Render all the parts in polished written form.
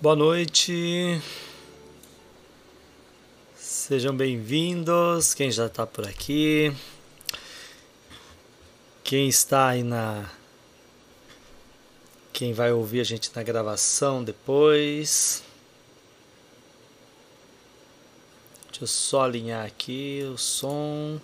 Boa noite, sejam bem-vindos. Quem já está por aqui, quem está aí quem vai ouvir a gente na gravação depois. Deixa eu só alinhar aqui o som.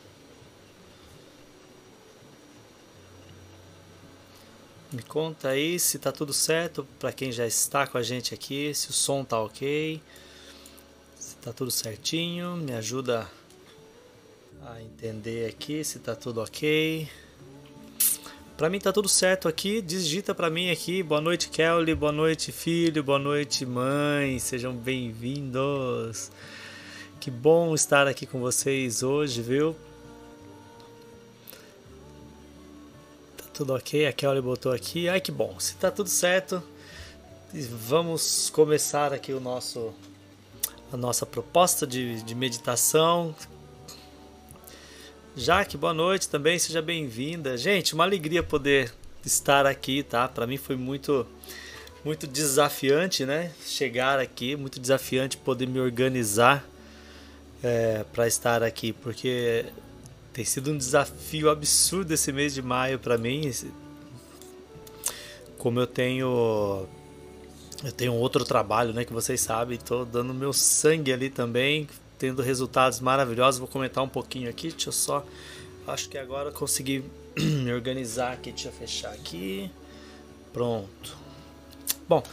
Me conta aí se tá tudo certo para quem já está com a gente aqui, se o som tá ok, se tá tudo certinho, me ajuda a entender aqui se tá tudo ok. Para mim tá tudo certo aqui, digita para mim aqui, boa noite Kelly, boa noite filho, boa noite mãe, sejam bem-vindos. Que bom estar aqui com vocês hoje, viu? Tudo ok, a Kelly botou aqui. Ai que bom, se tá tudo certo, vamos começar aqui a nossa proposta de meditação. Jaque, boa noite também, seja bem-vinda. Gente, uma alegria poder estar aqui, tá? Para mim foi muito desafiante, né? Chegar aqui, muito desafiante poder me organizar para estar aqui, porque tem sido um desafio absurdo esse mês de maio para mim. Como eu tenho outro trabalho, né, que vocês sabem, estou dando meu sangue ali também, tendo resultados maravilhosos. Vou comentar um pouquinho aqui, deixa eu só, acho que agora eu consegui me organizar aqui, deixa eu fechar aqui, pronto. Bom,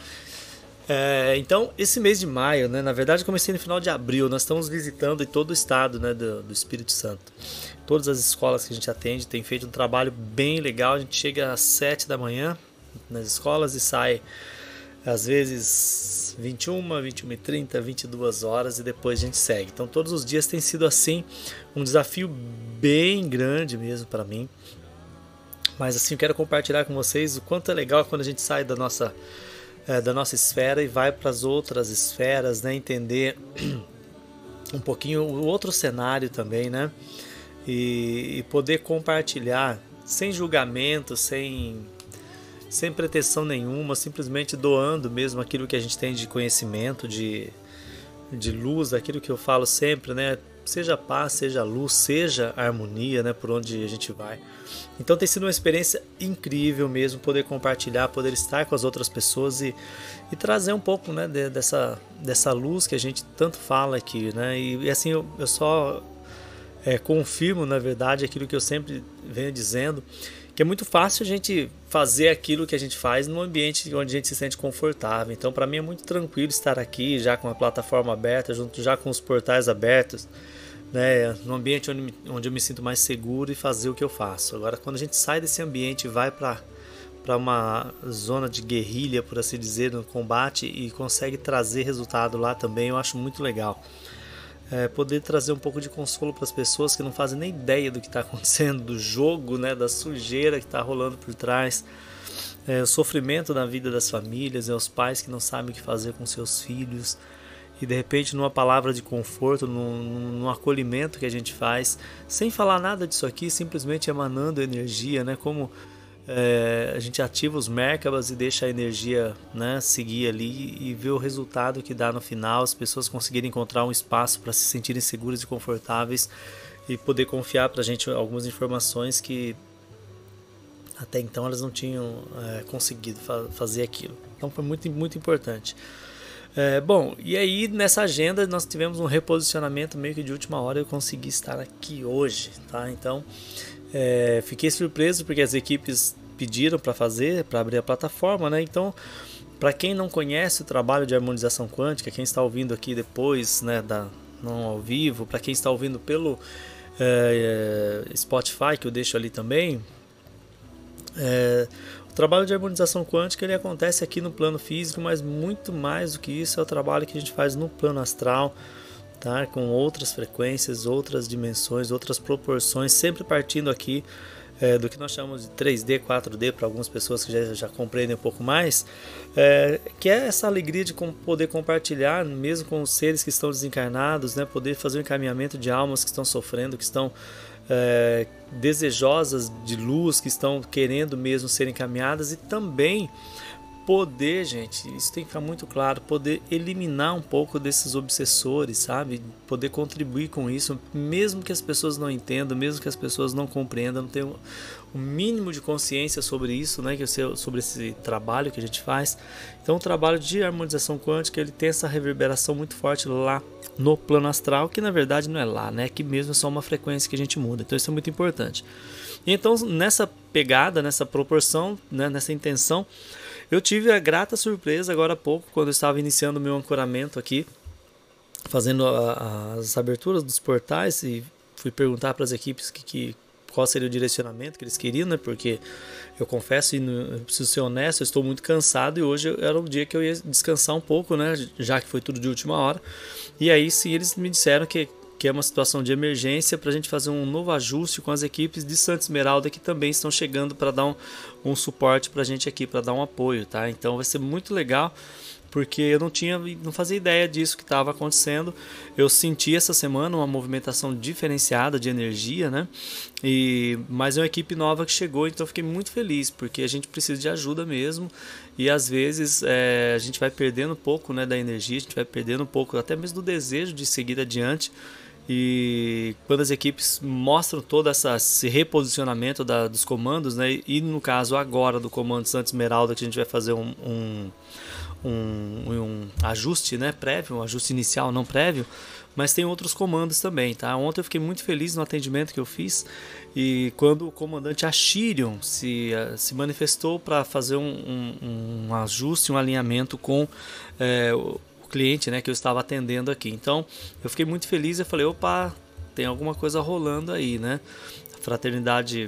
então esse mês de maio, né, na verdade comecei no final de abril, nós estamos visitando em todo o estado, né, do Espírito Santo. Todas as escolas que a gente atende tem feito um trabalho bem legal. A gente chega às 7 da manhã nas escolas e sai às vezes 21, 21h30, 22 horas e depois a gente segue. Então todos os dias tem sido assim, um desafio bem grande mesmo para mim. Mas assim, eu quero compartilhar com vocês o quanto é legal quando a gente sai da nossa esfera e vai para as outras esferas, né? Entender um pouquinho o outro cenário também, né? E poder compartilhar sem julgamento, sem pretensão nenhuma, simplesmente doando mesmo aquilo que a gente tem de conhecimento, de luz, aquilo que eu falo sempre, né? Seja paz, seja luz, seja harmonia, né? Por onde a gente vai. Então tem sido uma experiência incrível mesmo poder compartilhar, poder estar com as outras pessoas e trazer um pouco, né, dessa luz que a gente tanto fala aqui, né? E assim, eu só confirmo, na verdade, aquilo que eu sempre venho dizendo, que é muito fácil a gente fazer aquilo que a gente faz num ambiente onde a gente se sente confortável. Então, para mim é muito tranquilo estar aqui, já com a plataforma aberta, já com os portais abertos, né, num ambiente onde eu me sinto mais seguro e fazer o que eu faço. Agora, quando a gente sai desse ambiente e vai para uma zona de guerrilha, por assim dizer, no combate, e consegue trazer resultado lá também, eu acho muito legal. Poder trazer um pouco de consolo para as pessoas que não fazem nem ideia do que está acontecendo, do jogo, né, da sujeira que está rolando por trás, o sofrimento na vida das famílias, os pais que não sabem o que fazer com seus filhos, e de repente numa palavra de conforto, num acolhimento que a gente faz, sem falar nada disso aqui, simplesmente emanando energia, né, como a gente ativa os Merkabas e deixa a energia, né, seguir ali e ver o resultado que dá no final, as pessoas conseguirem encontrar um espaço para se sentirem seguras e confortáveis e poder confiar para a gente algumas informações que até então elas não tinham conseguido fazer aquilo. Então foi muito, muito importante. Bom, e aí nessa agenda nós tivemos um reposicionamento meio que de última hora, eu consegui estar aqui hoje, tá? Então fiquei surpreso porque as equipes pediram para abrir a plataforma, né? Então, para quem não conhece o trabalho de harmonização quântica, quem está ouvindo aqui depois, né, não ao vivo, para quem está ouvindo pelo Spotify, que eu deixo ali também, o trabalho de harmonização quântica ele acontece aqui no plano físico, mas muito mais do que isso é o trabalho que a gente faz no plano astral, tá? Com outras frequências, outras dimensões, outras proporções, sempre partindo aqui do que nós chamamos de 3D, 4D, para algumas pessoas que já compreendem um pouco mais, que é essa alegria de poder compartilhar, mesmo com os seres que estão desencarnados, né? Poder fazer um encaminhamento de almas que estão sofrendo, que estão desejosas de luz, que estão querendo mesmo ser encaminhadas, e também poder, gente, isso tem que ficar muito claro, poder eliminar um pouco desses obsessores, sabe? Poder contribuir com isso, mesmo que as pessoas não entendam, mesmo que as pessoas não compreendam, não tenham o mínimo de consciência sobre isso, né? Sobre esse trabalho que a gente faz. Então, o trabalho de harmonização quântica, ele tem essa reverberação muito forte lá no plano astral, que na verdade não é lá, né? Que mesmo é só uma frequência que a gente muda. Então, isso é muito importante. E então, nessa pegada, nessa proporção, né? Nessa intenção, eu tive a grata surpresa agora há pouco, quando eu estava iniciando o meu ancoramento aqui, fazendo as aberturas dos portais, e fui perguntar para as equipes qual seria o direcionamento que eles queriam, né? Porque eu confesso, e eu preciso ser honesto, eu estou muito cansado, e hoje era o dia que eu ia descansar um pouco, né? Já que foi tudo de última hora. E aí sim eles me disseram que é uma situação de emergência para a gente fazer um novo ajuste com as equipes de Santa Esmeralda, que também estão chegando para dar um suporte para a gente aqui, para dar um apoio, tá? Então vai ser muito legal, porque eu não fazia ideia disso que estava acontecendo. Eu senti essa semana uma movimentação diferenciada de energia, né? Mas é uma equipe nova que chegou, então eu fiquei muito feliz, porque a gente precisa de ajuda mesmo, e às vezes a gente vai perdendo um pouco, né, da energia, a gente vai perdendo um pouco até mesmo do desejo de seguir adiante. E quando as equipes mostram todo esse reposicionamento dos comandos, né, e no caso agora do comando Santa Esmeralda, que a gente vai fazer um ajuste, né, prévio, um ajuste inicial, não prévio, mas tem outros comandos também, tá? Ontem eu fiquei muito feliz no atendimento que eu fiz, e quando o comandante Ashirion se manifestou para fazer um ajuste, um alinhamento com o cliente, né, que eu estava atendendo aqui. Então eu fiquei muito feliz, eu falei, opa, tem alguma coisa rolando aí, né? A fraternidade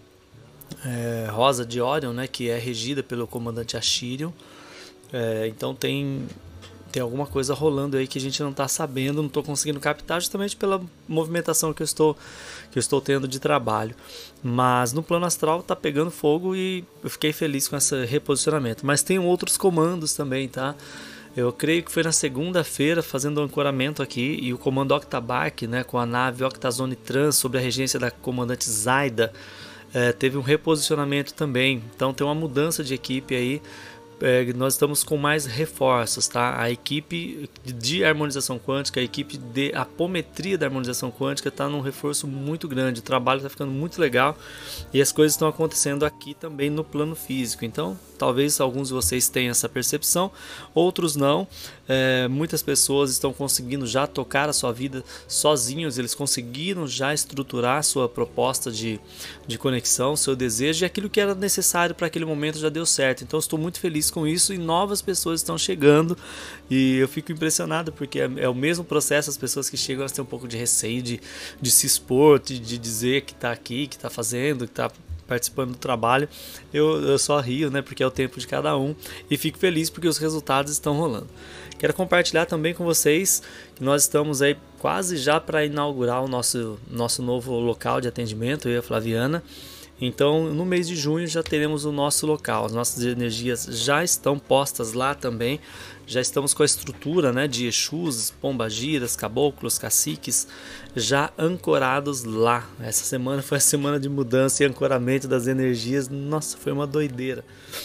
Rosa de Orion, né, que é regida pelo comandante Ashirion. Então tem alguma coisa rolando aí que a gente não está sabendo, não estou conseguindo captar, justamente pela movimentação que eu estou tendo de trabalho. Mas no plano astral está pegando fogo, e eu fiquei feliz com esse reposicionamento. Mas tem outros comandos também, tá? Eu creio que foi na segunda-feira, fazendo o ancoramento aqui, e o comando Octabark, né, com a nave Octazone Trans, sob a regência da comandante Zaida, teve um reposicionamento também. Então tem uma mudança de equipe aí. Nós estamos com mais reforços, tá? A equipe de harmonização quântica, a equipe de apometria da harmonização quântica está num reforço muito grande. O trabalho está ficando muito legal, e as coisas estão acontecendo aqui também no plano físico. Então, talvez alguns de vocês tenham essa percepção, outros não. Muitas pessoas estão conseguindo já tocar a sua vida sozinhos, eles conseguiram já estruturar a sua proposta de conexão, seu desejo, e aquilo que era necessário para aquele momento já deu certo. Então, estou muito feliz com isso, e novas pessoas estão chegando, e eu fico impressionado, porque é o mesmo processo. As pessoas que chegam, elas têm um pouco de receio de se expor, de dizer que está aqui, que está fazendo, que está participando do trabalho. Eu só rio, né, porque é o tempo de cada um, e fico feliz porque os resultados estão rolando. Quero compartilhar também com vocês que nós estamos aí quase já para inaugurar o nosso novo local de atendimento, eu e a Flaviana. Então, no mês de junho já teremos o nosso local, as nossas energias já estão postas lá também, já estamos com a estrutura, né, de Exus, pombagiras, caboclos, caciques, já ancorados lá. Essa semana foi a semana de mudança e ancoramento das energias. Nossa, foi uma doideira,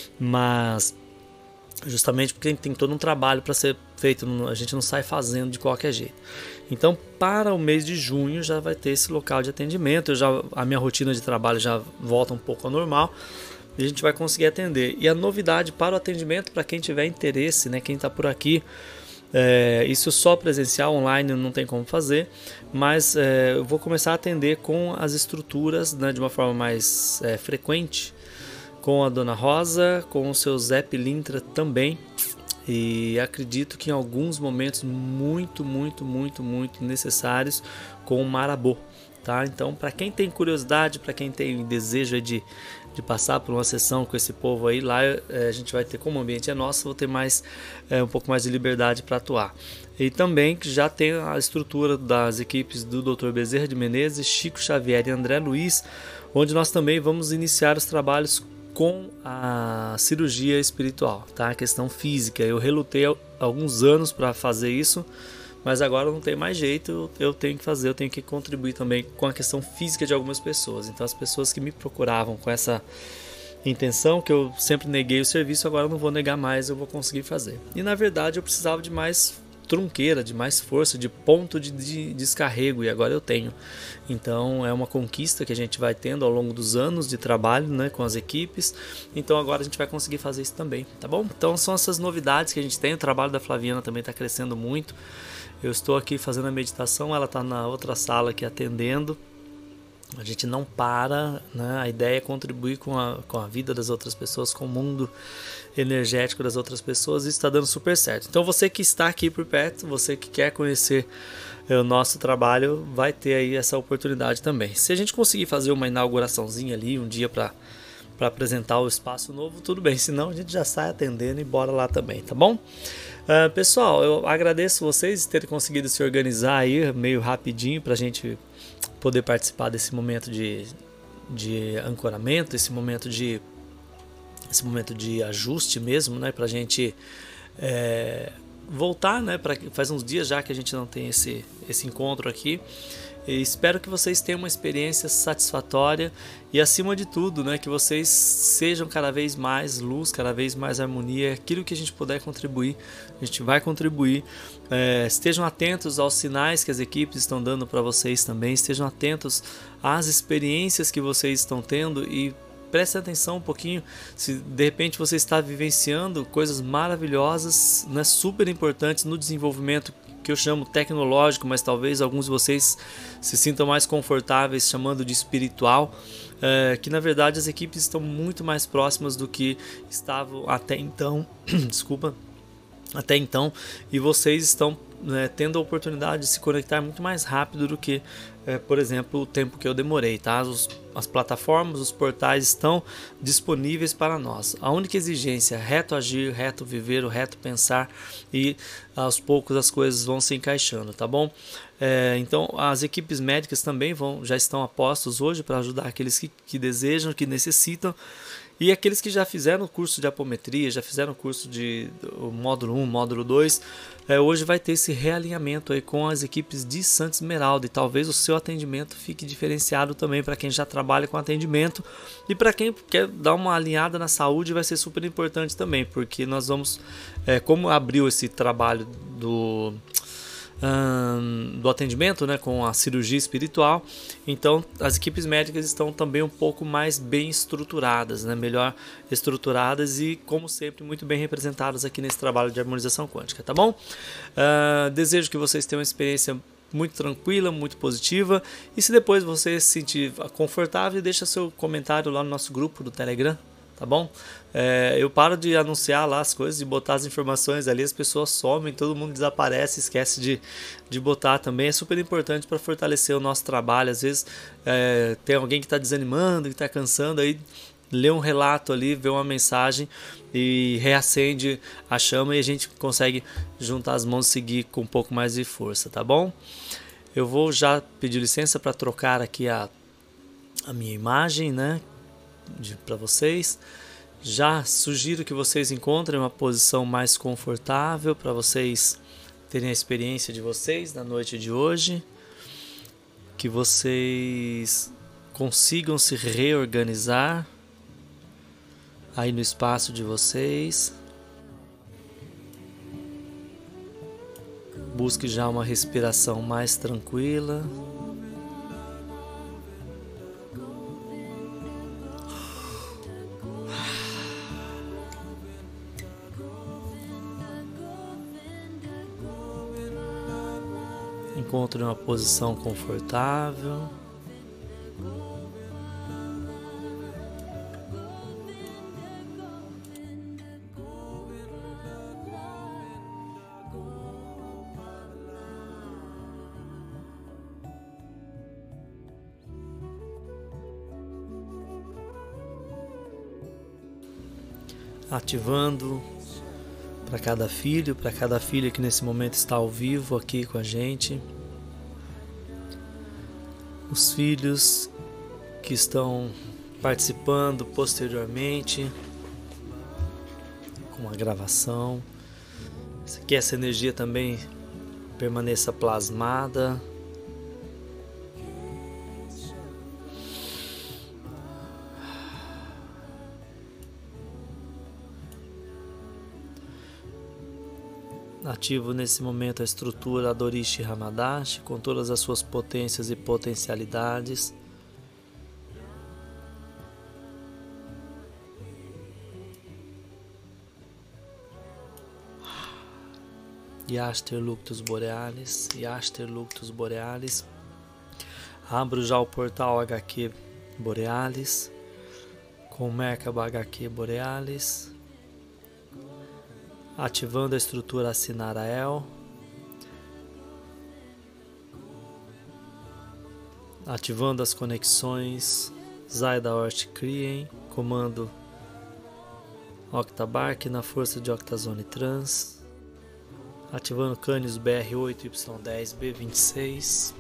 mas justamente porque tem todo um trabalho para ser feito, a gente não sai fazendo de qualquer jeito. Então, para o mês de junho já vai ter esse local de atendimento. A minha rotina de trabalho já volta um pouco ao normal, e a gente vai conseguir atender. E a novidade para o atendimento, para quem tiver interesse, né, quem está por aqui, isso só presencial, online não tem como fazer, mas eu vou começar a atender com as estruturas, né, de uma forma mais frequente, com a Dona Rosa, com o seu Zé Pilintra também, e acredito que em alguns momentos muito necessários com o Marabô, tá? Então, para quem tem curiosidade, para quem tem desejo de passar por uma sessão com esse povo aí, lá a gente vai ter, como o ambiente é nosso, vou ter um pouco mais de liberdade para atuar. E também já tem a estrutura das equipes do Dr. Bezerra de Menezes, Chico Xavier e André Luiz, onde nós também vamos iniciar os trabalhos com a cirurgia espiritual, tá? A questão física. Eu relutei alguns anos para fazer isso, mas agora não tem mais jeito, eu tenho que fazer, eu tenho que contribuir também com a questão física de algumas pessoas. Então, as pessoas que me procuravam com essa intenção, que eu sempre neguei o serviço, agora eu não vou negar mais, eu vou conseguir fazer. E na verdade eu precisava de mais trunqueira, de mais força, de ponto de descarrego, e agora eu tenho. Então é uma conquista que a gente vai tendo ao longo dos anos de trabalho, né, com as equipes. Então agora a gente vai conseguir fazer isso também, tá bom? Então são essas novidades que a gente tem. O trabalho da Flaviana também está crescendo muito. Eu estou aqui fazendo a meditação, ela está na outra sala aqui atendendo. A gente não para, né? A ideia é contribuir com a vida das outras pessoas, com o mundo energético das outras pessoas, e isso está dando super certo. Então você que está aqui por perto, você que quer conhecer o nosso trabalho, vai ter aí essa oportunidade também. Se a gente conseguir fazer uma inauguraçãozinha ali, um dia para apresentar o espaço novo, tudo bem, senão a gente já sai atendendo e bora lá também, tá bom? Pessoal, eu agradeço vocês terem conseguido se organizar aí meio rapidinho para a gente poder participar desse momento de ancoramento, esse momento de ajuste mesmo, né, para a gente voltar, né, faz uns dias já que a gente não tem esse encontro aqui. E espero que vocês tenham uma experiência satisfatória e, acima de tudo, né, que vocês sejam cada vez mais luz, cada vez mais harmonia. Aquilo que a gente puder contribuir, a gente vai contribuir. Estejam atentos aos sinais que as equipes estão dando para vocês também. Estejam atentos às experiências que vocês estão tendo e preste atenção um pouquinho se de repente você está vivenciando coisas maravilhosas, né, super importantes no desenvolvimento que eu chamo tecnológico, mas talvez alguns de vocês se sintam mais confortáveis chamando de espiritual, que na verdade as equipes estão muito mais próximas do que estavam até então, desculpa, até então, e vocês estão, né, tendo a oportunidade de se conectar muito mais rápido do que, por exemplo, o tempo que eu demorei, tá? As plataformas, os portais estão disponíveis para nós. A única exigência é reto agir, reto viver, o reto pensar, e aos poucos as coisas vão se encaixando, tá bom? Então as equipes médicas também já estão a postos hoje para ajudar aqueles que desejam, que necessitam. E aqueles que já fizeram o curso de apometria, já fizeram o curso de módulo 1, módulo 2, hoje vai ter esse realinhamento aí com as equipes de Santa Esmeralda, e talvez o seu atendimento fique diferenciado também para quem já trabalha com atendimento, e para quem quer dar uma alinhada na saúde vai ser super importante também, porque nós vamos, como abriu esse trabalho do atendimento, né, com a cirurgia espiritual, então as equipes médicas estão também um pouco mais bem estruturadas, né, melhor estruturadas e, como sempre, muito bem representadas aqui nesse trabalho de harmonização quântica, tá bom? Desejo que vocês tenham uma experiência muito tranquila, muito positiva, e se depois você se sentir confortável, deixa seu comentário lá no nosso grupo do Telegram, tá bom? Eu paro de anunciar lá as coisas, de botar as informações ali, as pessoas somem, todo mundo desaparece, esquece de botar também. É super importante para fortalecer o nosso trabalho. Às vezes tem alguém que está desanimando, que está cansando, aí lê um relato ali, vê uma mensagem e reacende a chama, e a gente consegue juntar as mãos e seguir com um pouco mais de força, tá bom? Eu vou já pedir licença para trocar aqui a minha imagem, né, para vocês. Já sugiro que vocês encontrem uma posição mais confortável para vocês terem a experiência de vocês na noite de hoje, que vocês consigam se reorganizar aí no espaço de vocês. Busque já uma respiração mais tranquila. Encontre uma posição confortável. Ativando para cada filho, para cada filha que nesse momento está ao vivo aqui com a gente. Os filhos que estão participando posteriormente com a gravação. Que essa energia também permaneça plasmada. Ativo nesse momento a estrutura Adorishi Hamadashi com todas as suas potências e potencialidades. Yaster Luctus Borealis, Yaster Luctus Borealis. Abro já o portal HQ Borealis com Merkaba HQ Borealis. Ativando a estrutura Sinarael, ativando as conexões Zaida Hort Krien, comando Octabark na força de Octazone Trans, ativando Canis BR8Y10B26.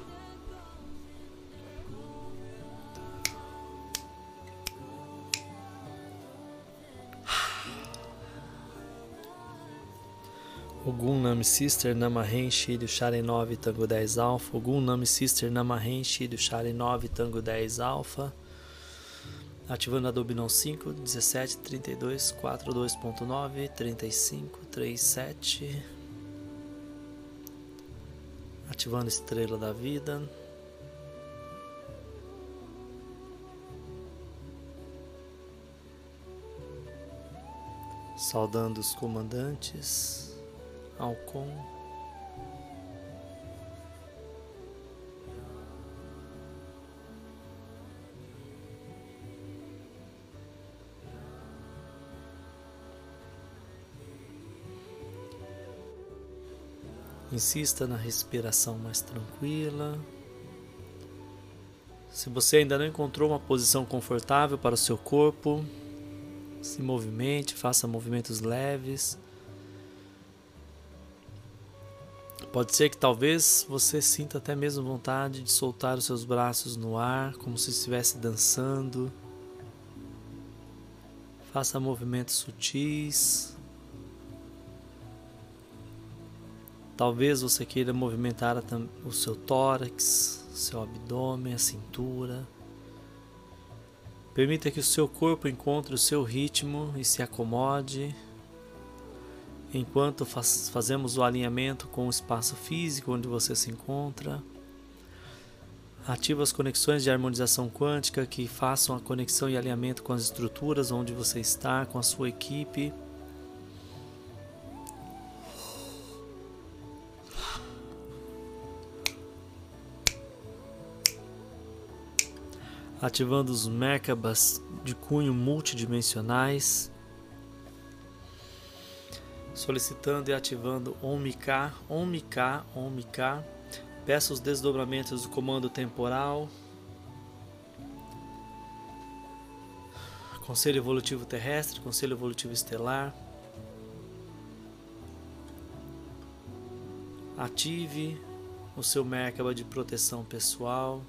Ogum Nami Sister Namahen Shiryu Sharen 9 Tango 10 Alpha. Ogum Nami Sister Namahen Shiryu Sharen 9 Tango 10 Alpha. Ativando a Dobinon 5, 17, 32, 42.9, 35, 37. Ativando a Estrela da Vida. Saudando os comandantes. Alcon. Insista na respiração mais tranquila. Se você ainda não encontrou uma posição confortável para o seu corpo, se movimente, faça movimentos leves. Pode ser que talvez você sinta até mesmo vontade de soltar os seus braços no ar, como se estivesse dançando. Faça movimentos sutis. Talvez você queira movimentar o seu tórax, seu abdômen, a cintura. Permita que o seu corpo encontre o seu ritmo e se acomode. Enquanto fazemos o alinhamento com o espaço físico onde você se encontra, ativa as conexões de harmonização quântica que façam a conexão e alinhamento com as estruturas onde você está, com a sua equipe. Ativando os Merkabas de cunho multidimensionais. Solicitando e ativando Omika, Omika, Omika. Peço os desdobramentos do comando temporal. Conselho Evolutivo Terrestre, Conselho Evolutivo Estelar. Ative o seu Merkaba de proteção pessoal.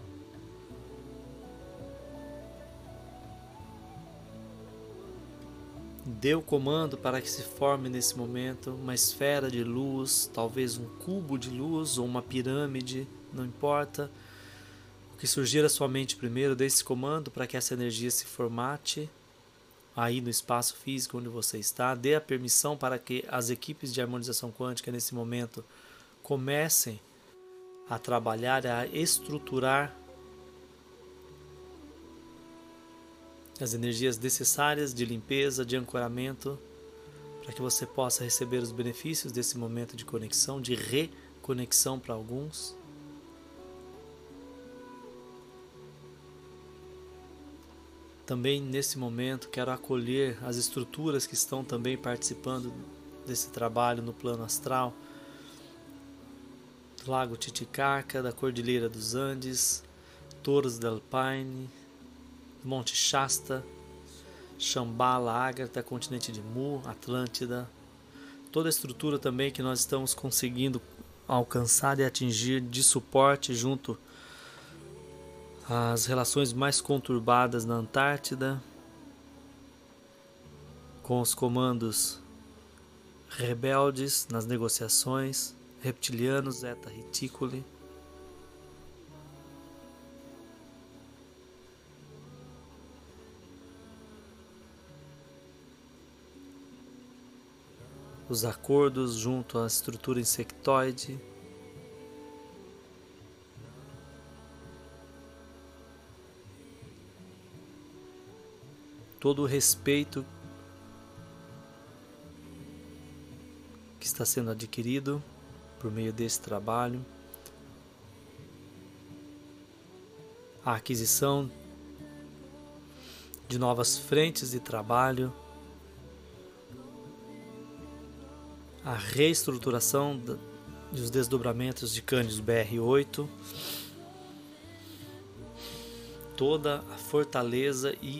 Dê o comando para que se forme nesse momento uma esfera de luz, talvez um cubo de luz ou uma pirâmide, não importa. O que surgir à sua mente primeiro, dê esse comando para que essa energia se formate aí no espaço físico onde você está. Dê a permissão para que as equipes de harmonização quântica nesse momento comecem a trabalhar, a estruturar as energias necessárias de limpeza, de ancoramento, para que você possa receber os benefícios desse momento de conexão, de reconexão para alguns. Também nesse momento quero acolher as estruturas que estão também participando desse trabalho no plano astral. Do Lago Titicaca, da Cordilheira dos Andes, Torres del Paine, Monte Shasta, Shambhala, Ágata, continente de Mu, Atlântida. Toda a estrutura também que nós estamos conseguindo alcançar e atingir de suporte junto às relações mais conturbadas na Antártida, com os comandos rebeldes nas negociações, reptilianos, Zeta Reticuli. os acordos junto à estrutura insectoide, todo o respeito que está sendo adquirido por meio desse trabalho, a aquisição de novas frentes de trabalho, a reestruturação dos desdobramentos de Cânions BR8, toda a fortaleza e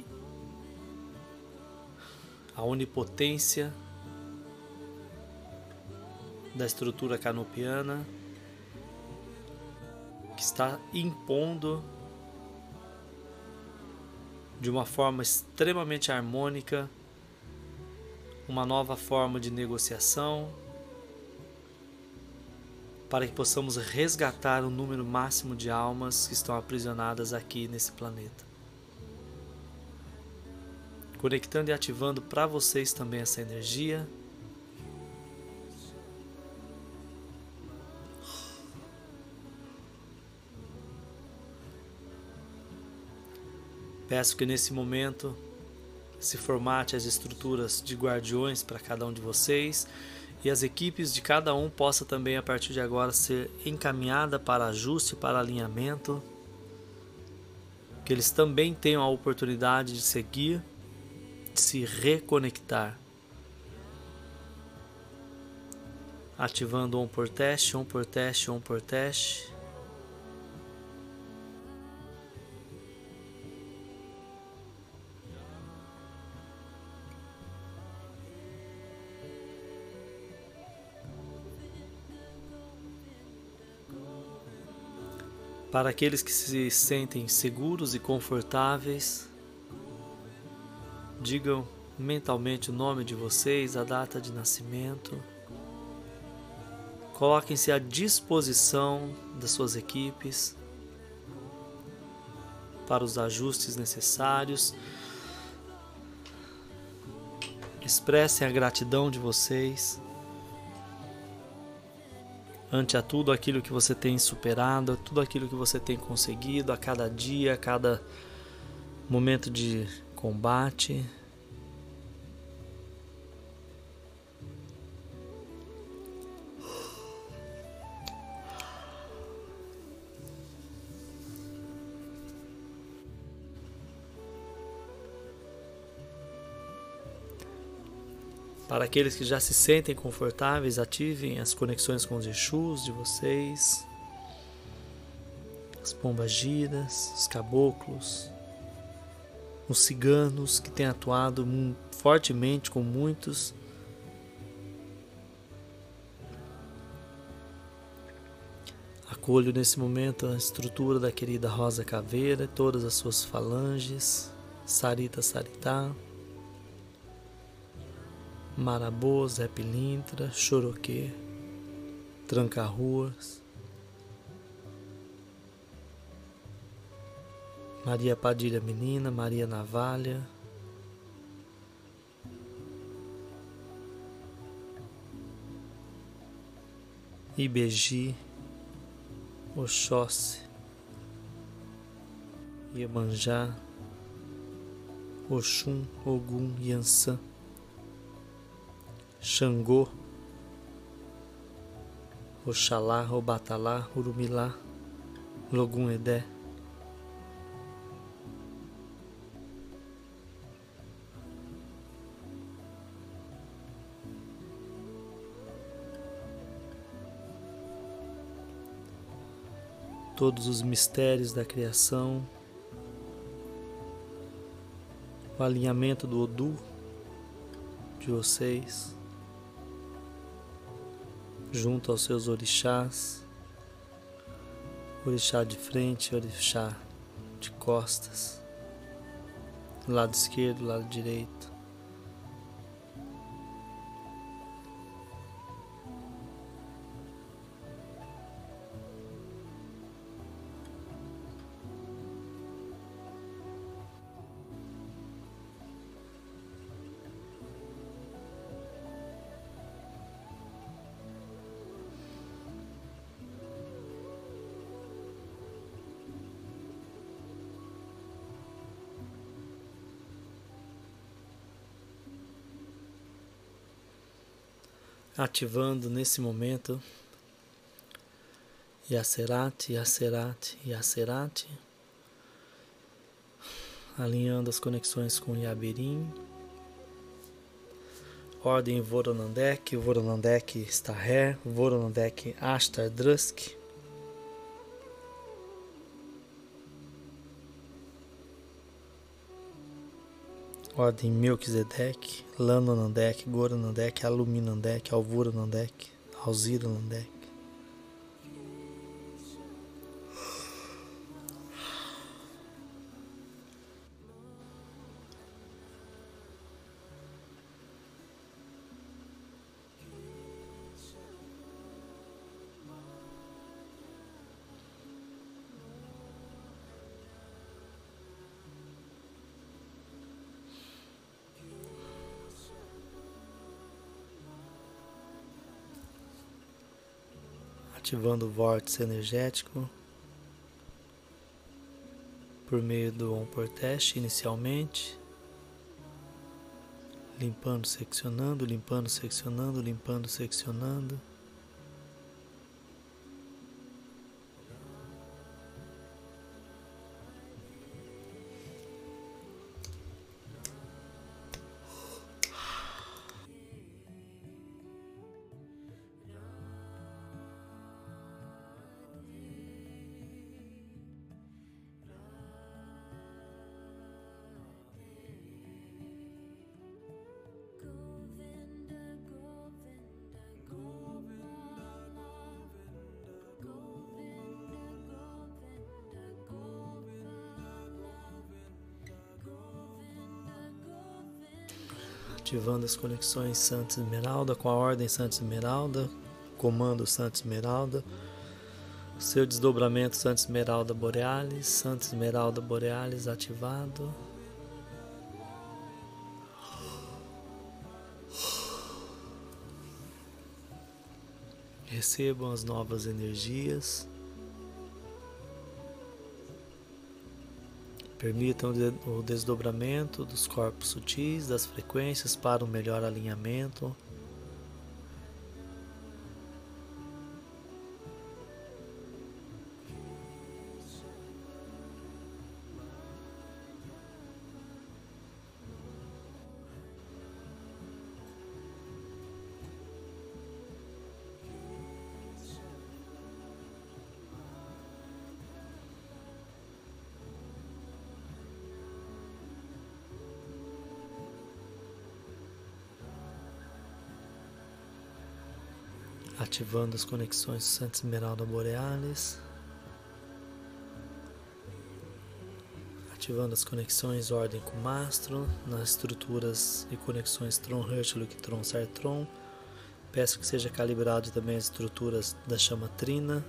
a onipotência da estrutura canopiana que está impondo de uma forma extremamente harmônica uma nova forma de negociação para que possamos resgatar o número máximo de almas que estão aprisionadas aqui nesse planeta. Conectando e ativando para vocês também essa energia. Peço que nesse momento se formate as estruturas de guardiões para cada um de vocês e as equipes de cada um possa também a partir de agora ser encaminhada para ajuste, para alinhamento, que eles também tenham a oportunidade de seguir, de se reconectar, ativando on por teste, on por teste, on por teste. Para aqueles que se sentem seguros e confortáveis, digam mentalmente o nome de vocês, a data de nascimento. Coloquem-se à disposição das suas equipes para os ajustes necessários. Expressem a gratidão de vocês ante a tudo aquilo que você tem superado, tudo aquilo que você tem conseguido a cada dia, a cada momento de combate. Para aqueles que já se sentem confortáveis, ativem as conexões com os Exus de vocês, as pombagiras, os caboclos, os ciganos que têm atuado fortemente com muitos. Acolho nesse momento a estrutura da querida Rosa Caveira, todas as suas falanges, Sarita Saritá, Marabô, Zé Pilintra, Choroquê, Tranca-Ruas, Maria Padilha Menina, Maria Navalha, Ibeji, Oxóssi, Iemanjá, Oxum, Ogum, Yansan, Xangô, Oxalá, Obatalá, Urumilá, Logum Edé, todos os mistérios da criação, o alinhamento do Odu de vocês, junto aos seus orixás, orixá de frente, orixá de costas, lado esquerdo, lado direito. ativando nesse momento Yacerati, Yacerati, Yacerati, alinhando as conexões com Yabirim, ordem Voronandek, Voronandek Staher, Voronandek Ashtar Drusk, ordem Melquisedeque, Lanonandek, Goronandek, Aluminandek, Alvuronandek, Alzironandek. Ativando o vórtice energético por meio do Om Portesh inicialmente, limpando, seccionando, limpando, seccionando, limpando, seccionando. Ativando as conexões Santa Esmeralda com a Ordem Santa Esmeralda, Comando Santa Esmeralda, o seu desdobramento Santa Esmeralda Borealis ativado. Recebam as novas energias. Permitam o desdobramento dos corpos sutis, das frequências para um melhor alinhamento. Ativando as conexões Santa Esmeralda Borealis, ativando as conexões Ordem com Mastro, nas estruturas e conexões Tron Herschel e Tron Sartron. Peço que seja calibrado também as estruturas da chama Trina.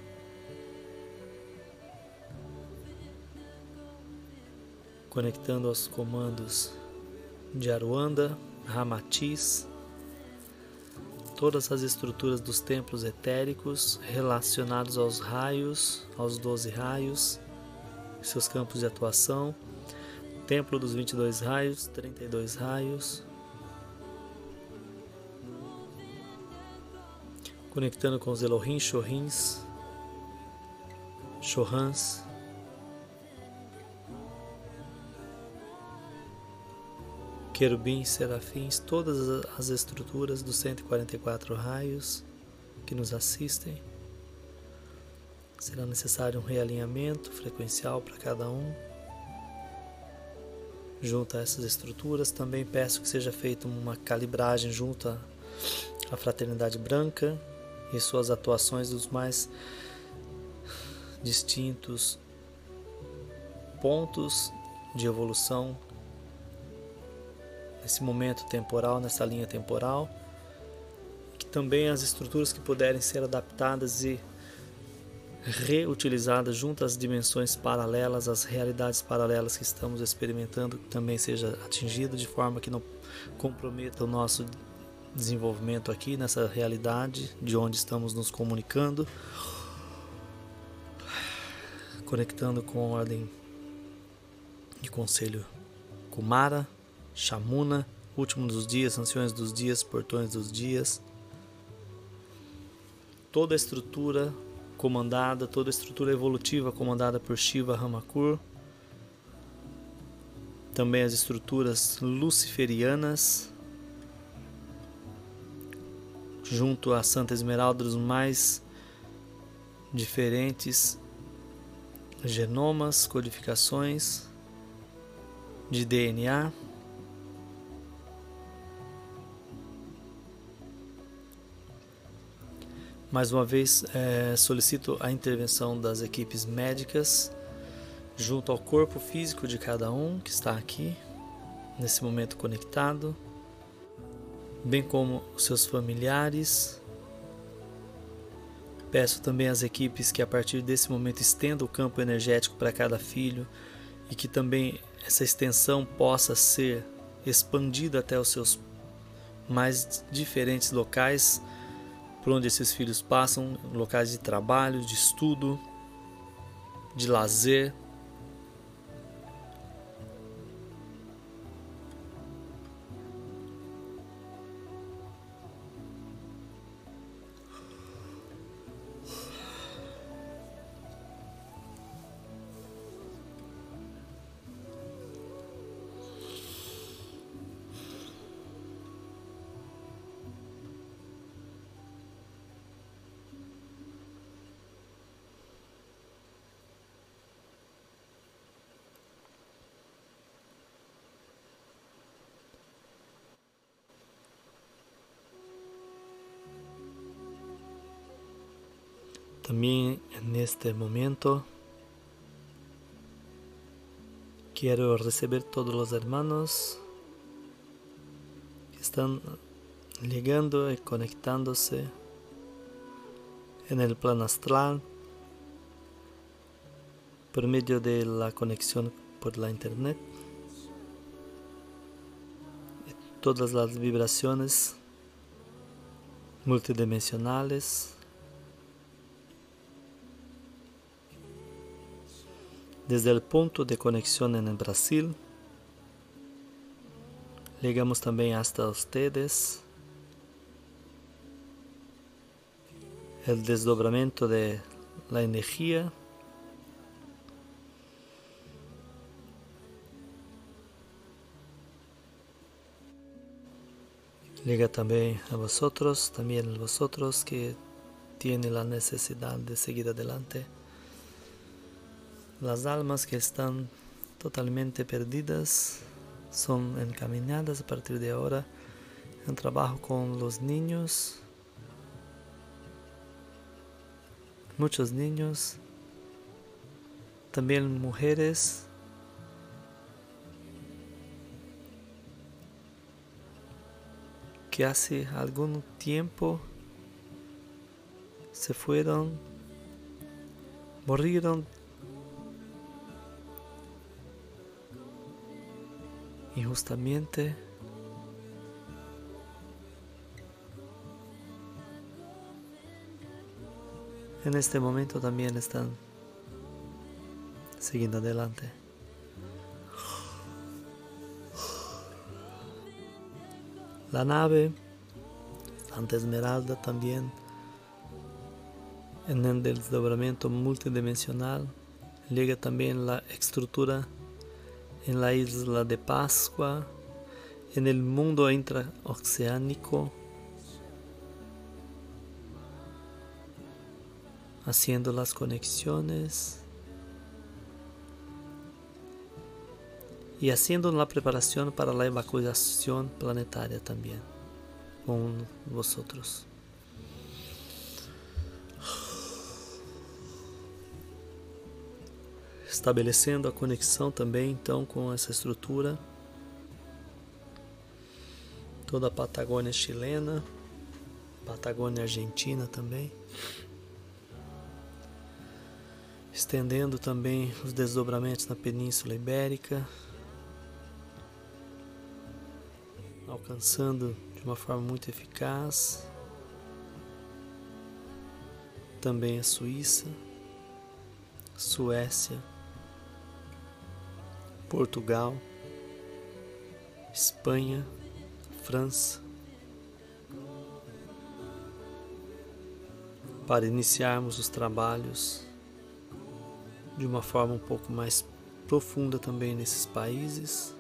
Conectando aos comandos de Aruanda, Ramatiz, todas as estruturas dos templos etéricos relacionados aos raios, aos 12 raios, seus campos de atuação, templo dos 22 raios, 32 raios, conectando com os Elohim, Shorins, Shohans, querubins, serafins, todas as estruturas dos 144 raios que nos assistem. Será necessário um realinhamento frequencial para cada um. Junto a essas estruturas, também peço que seja feita uma calibragem junto à Fraternidade Branca e suas atuações dos mais distintos pontos de evolução nesse momento temporal, nessa linha temporal, que também as estruturas que puderem ser adaptadas e reutilizadas junto às dimensões paralelas, às realidades paralelas que estamos experimentando, que também seja atingido de forma que não comprometa o nosso desenvolvimento aqui nessa realidade de onde estamos nos comunicando, conectando com a ordem de conselho Kumara, Shamuna, último dos dias, anciões dos dias, portões dos dias, toda a estrutura comandada, toda a estrutura evolutiva comandada por Shiva Ramakur. Também as estruturas luciferianas, junto à Santa Esmeralda, dos mais diferentes genomas, codificações de DNA. Mais uma vez, solicito a intervenção das equipes médicas junto ao corpo físico de cada um que está aqui, nesse momento conectado, bem como os seus familiares. Peço também às equipes que a partir desse momento estendam o campo energético para cada filho e que também essa extensão possa ser expandida até os seus mais diferentes locais por onde esses filhos passam, locais de trabalho, de estudo, de lazer. También en este momento quiero recibir todos los hermanos que están llegando y conectándose en el plano astral por medio de la conexión por la internet. Y todas las vibraciones multidimensionales desde el punto de conexión en el Brasil, llegamos también hasta ustedes. El desdobramiento de la energía llega también a vosotros, también a vosotros que tienen la necesidad de seguir adelante. Las almas que están totalmente perdidas son encaminadas a partir de ahora en trabajo con los niños, muchos niños, también mujeres, que hace algún tiempo se fueron, murieron injustamente. En este momento también están siguiendo adelante. La nave Santa Esmeralda también en el desdobramiento multidimensional llega también la estructura en la isla de Pascua, en el mundo intraoceánico, haciendo las conexiones y haciendo la preparación para la evacuación planetaria también con vosotros. Estabelecendo a conexão também então com essa estrutura, toda a Patagônia chilena, Patagônia argentina também, estendendo também os desdobramentos na Península Ibérica, alcançando de uma forma muito eficaz também a Suíça, Suécia, Portugal, Espanha, França, para iniciarmos os trabalhos de uma forma um pouco mais profunda também nesses países.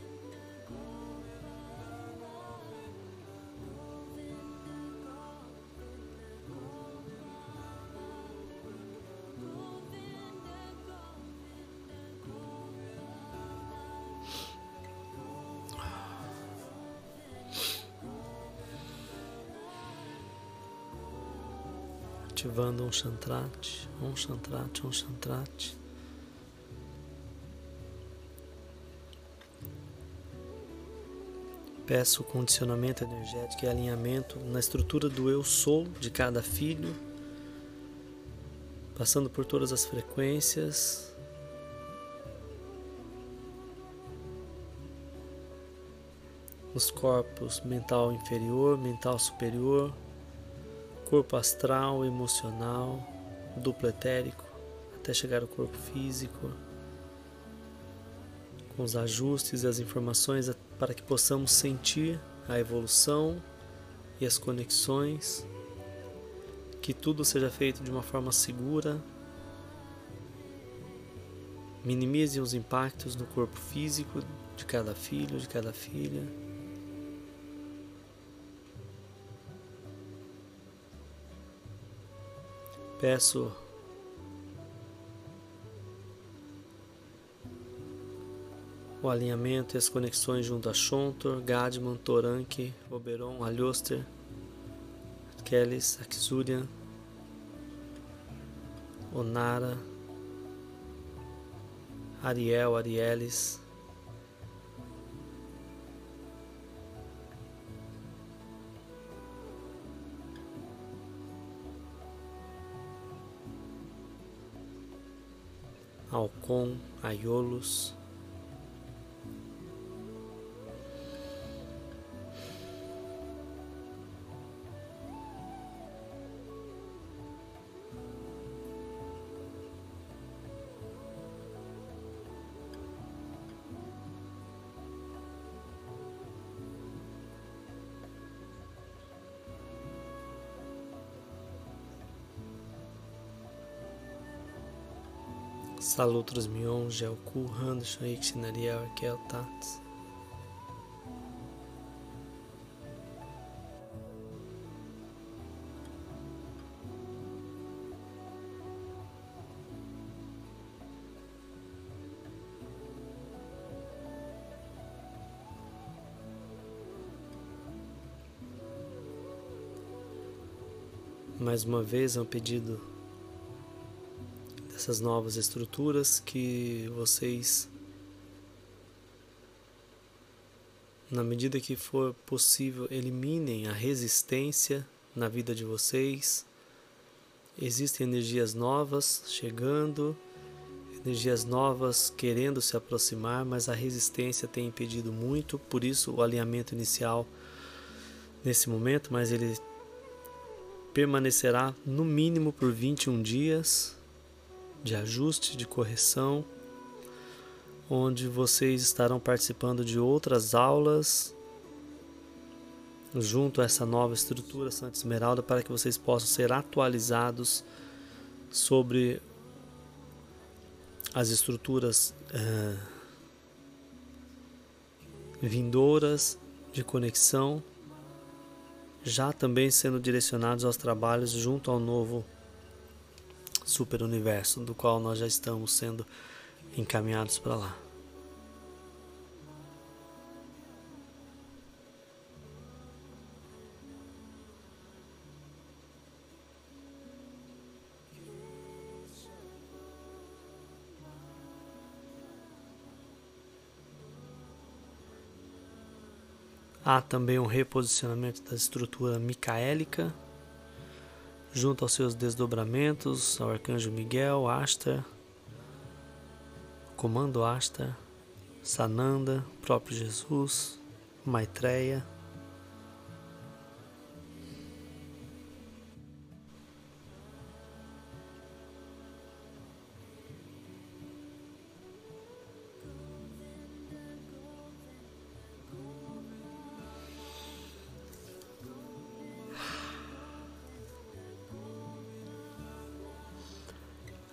Ativando Om Shantrati, Om Shantrati, Om Shantrati. Peço condicionamento energético e alinhamento na estrutura do Eu Sou de cada filho, passando por todas as frequências. Os corpos mental inferior, mental superior, corpo astral, emocional, duplo etérico, até chegar ao corpo físico, com os ajustes e as informações para que possamos sentir a evolução e as conexões, que tudo seja feito de uma forma segura, minimize os impactos no corpo físico de cada filho, de cada filha. Peço o alinhamento e as conexões junto a Shontor, Gadman, Toranque, Oberon, Alioster, Kelis, Axurian, Onara, Ariel, Arielis, Alcon, Aiolos, Salutros Mion, Gelku, Handishan, Ixinariel, Arquel, Tats. Mais uma vez é um pedido dessas novas estruturas que vocês, na medida que for possível, eliminem a resistência na vida de vocês. Existem energias novas chegando, energias novas querendo se aproximar, mas a resistência tem impedido muito, por isso o alinhamento inicial nesse momento, mas ele permanecerá no mínimo por 21 dias de ajuste, de correção, onde vocês estarão participando de outras aulas junto a essa nova estrutura Santa Esmeralda, para que vocês possam ser atualizados sobre as estruturas vindouras de conexão, já também sendo direcionados aos trabalhos junto ao novo super universo, do qual nós já estamos sendo encaminhados para lá. Há também um reposicionamento da estrutura micaélica, junto aos seus desdobramentos, ao Arcanjo Miguel, Ashtar, Comando Ashtar, Sananda, próprio Jesus, Maitreya.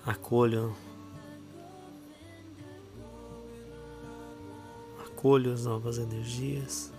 Acolho as novas energias.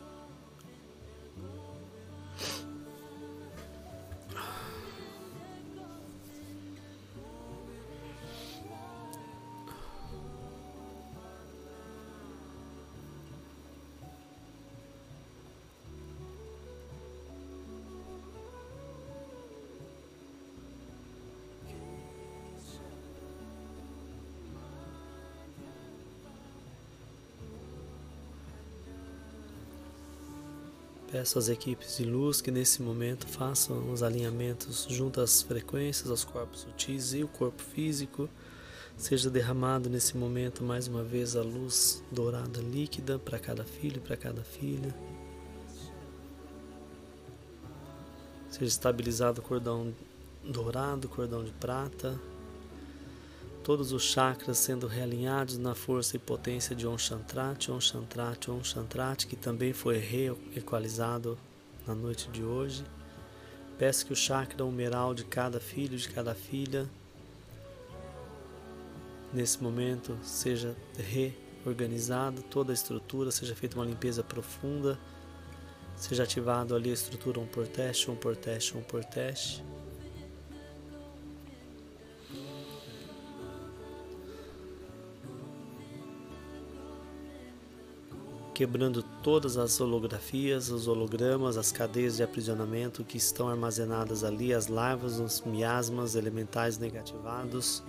Peço às equipes de luz que nesse momento façam os alinhamentos junto às frequências, aos corpos sutis e o corpo físico. Seja derramado nesse momento mais uma vez a luz dourada líquida para cada filho e para cada filha. Seja estabilizado o cordão dourado, o cordão de prata. Todos os chakras sendo realinhados na força e potência de Om Shantrati, Om Shantrati, Om Shantrati, que também foi reequalizado na noite de hoje. Peço que o chakra humeral de cada filho, de cada filha, nesse momento seja reorganizado, toda a estrutura, seja feita uma limpeza profunda, seja ativado ali a estrutura Om Portesh, Om Portesh, Om Portesh. Quebrando todas as holografias, os hologramas, as cadeias de aprisionamento que estão armazenadas ali, as larvas, os miasmas elementais negativados.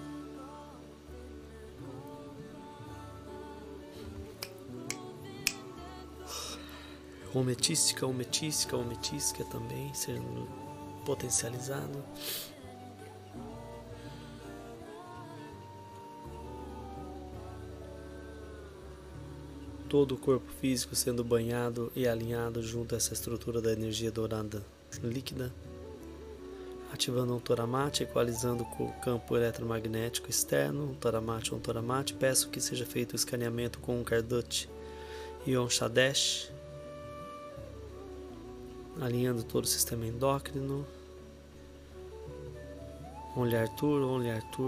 Ometística também sendo potencializado. Todo o corpo físico sendo banhado e alinhado junto a essa estrutura da energia dourada líquida, ativando um Toramate, equalizando com o campo eletromagnético externo, um Toramate. Peço que seja feito o escaneamento com um Kardut e um Shadesh, alinhando todo o sistema endócrino. Olhar Tur.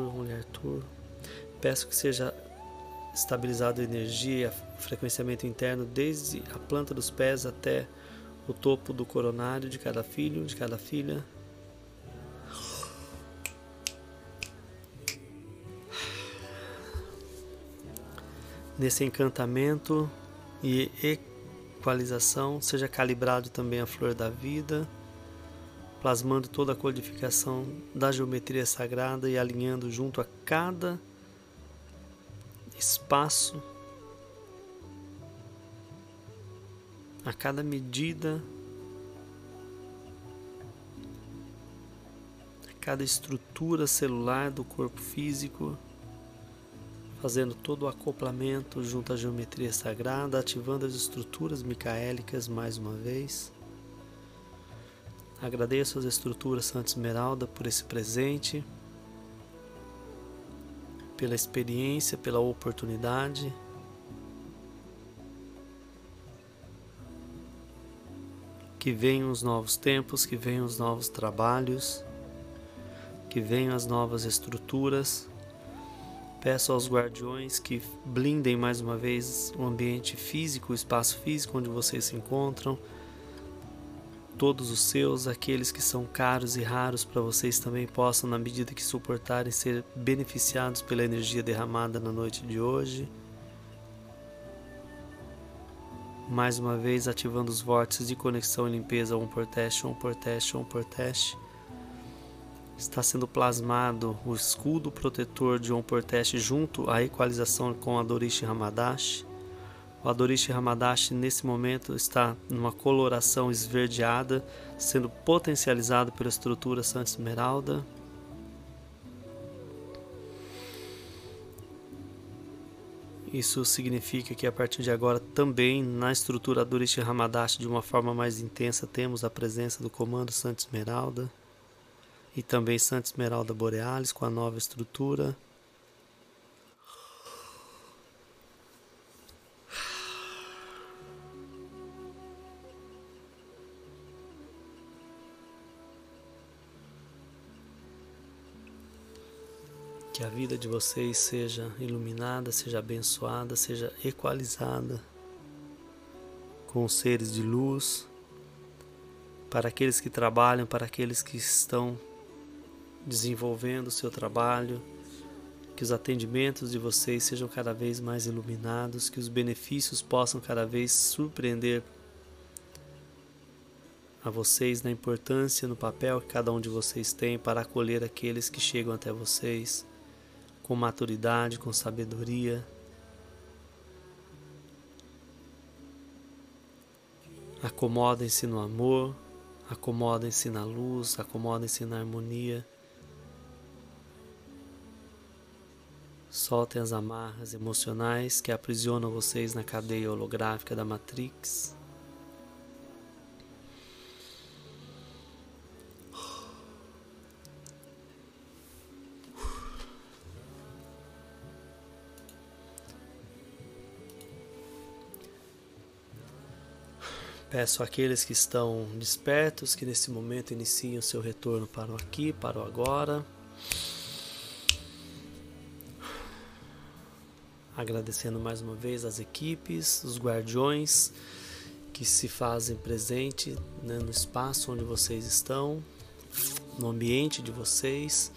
Peço que seja estabilizado a energia, frequenciamento interno desde a planta dos pés até o topo do coronário de cada filho, de cada filha. Nesse encantamento e equalização, seja calibrado também a flor da vida, plasmando toda a codificação da geometria sagrada e alinhando junto a cada espaço, a cada medida, a cada estrutura celular do corpo físico, fazendo todo o acoplamento junto à geometria sagrada, ativando as estruturas micaélicas mais uma vez. Agradeço às estruturas Santa Esmeralda por esse presente, pela experiência, pela oportunidade. Que venham os novos tempos, que venham os novos trabalhos, que venham as novas estruturas. Peço aos guardiões que blindem mais uma vez o ambiente físico, o espaço físico onde vocês se encontram. Todos os seus, aqueles que são caros e raros para vocês também possam, na medida que suportarem, ser beneficiados pela energia derramada na noite de hoje. Mais uma vez ativando os vórtices de conexão e limpeza Om Portesh, Om Portesh, Om Portesh. Está sendo plasmado o escudo protetor de Om Portesh junto à equalização com a Dorishi Hamadash. O Adorishi Hamadash nesse momento está numa coloração esverdeada, sendo potencializado pela estrutura Santa Esmeralda. Isso significa que a partir de agora também na estrutura Adorishi Hamadash de uma forma mais intensa temos a presença do comando Santa Esmeralda e também Santa Esmeralda Borealis com a nova estrutura. Que a vida de vocês seja iluminada, seja abençoada, seja equalizada com os seres de luz, para aqueles que trabalham, para aqueles que estão desenvolvendo o seu trabalho, que os atendimentos de vocês sejam cada vez mais iluminados, que os benefícios possam cada vez surpreender a vocês na importância, no papel que cada um de vocês tem para acolher aqueles que chegam até vocês com maturidade, com sabedoria. Acomodem-se no amor, acomodem-se na luz, acomodem-se na harmonia. Soltem as amarras emocionais que aprisionam vocês na cadeia holográfica da Matrix. Peço àqueles que estão despertos que nesse momento iniciem o seu retorno para o aqui, para o agora. Agradecendo mais uma vez as equipes, os guardiões que se fazem presente, né, no espaço onde vocês estão, no ambiente de vocês.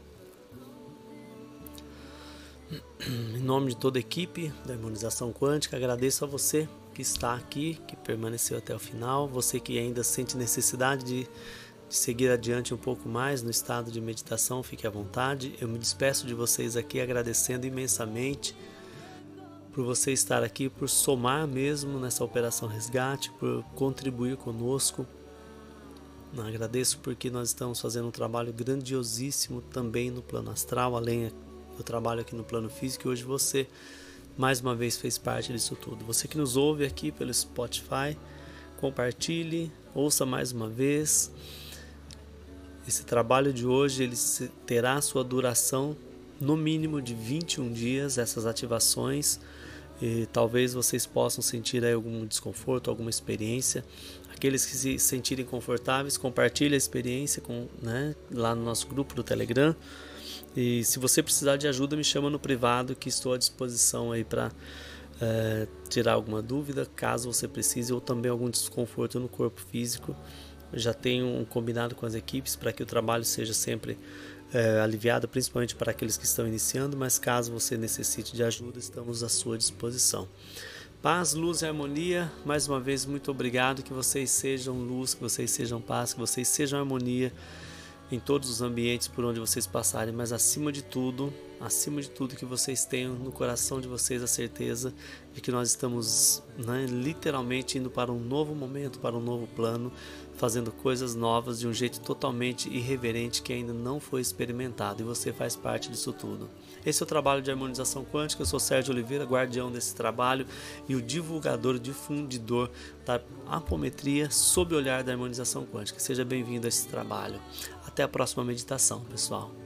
Em nome de toda a equipe da Harmonização Quântica, agradeço a você que está aqui, que permaneceu até o final, você que ainda sente necessidade de seguir adiante um pouco mais no estado de meditação, fique à vontade. Eu me despeço de vocês aqui agradecendo imensamente por você estar aqui, por somar mesmo nessa operação resgate, por contribuir conosco. Agradeço porque nós estamos fazendo um trabalho grandiosíssimo também no plano astral, além do trabalho aqui no plano físico, e hoje você mais uma vez fez parte disso tudo. Você que nos ouve aqui pelo Spotify, compartilhe, ouça mais uma vez. Esse trabalho de hoje ele terá sua duração no mínimo de 21 dias, essas ativações, e talvez vocês possam sentir aí algum desconforto, alguma experiência. Aqueles que se sentirem confortáveis, compartilhem a experiência lá no nosso grupo do Telegram. E se você precisar de ajuda, me chama no privado, que estou à disposição aí para tirar alguma dúvida, caso você precise, ou também algum desconforto no corpo físico. Eu já tenho um combinado com as equipes para que o trabalho seja sempre aliviado, principalmente para aqueles que estão iniciando, mas caso você necessite de ajuda, estamos à sua disposição. Paz, luz e harmonia. Mais uma vez, muito obrigado. Que vocês sejam luz, que vocês sejam paz, que vocês sejam harmonia em todos os ambientes por onde vocês passarem, mas acima de tudo, que vocês tenham no coração de vocês a certeza de que nós estamos literalmente indo para um novo momento, para um novo plano, fazendo coisas novas de um jeito totalmente irreverente que ainda não foi experimentado, e você faz parte disso tudo. Esse é o trabalho de harmonização quântica. Eu sou Sérgio Oliveira, guardião desse trabalho e o divulgador, difundidor da apometria sob o olhar da harmonização quântica. Seja bem-vindo a esse trabalho. Até a próxima meditação, pessoal.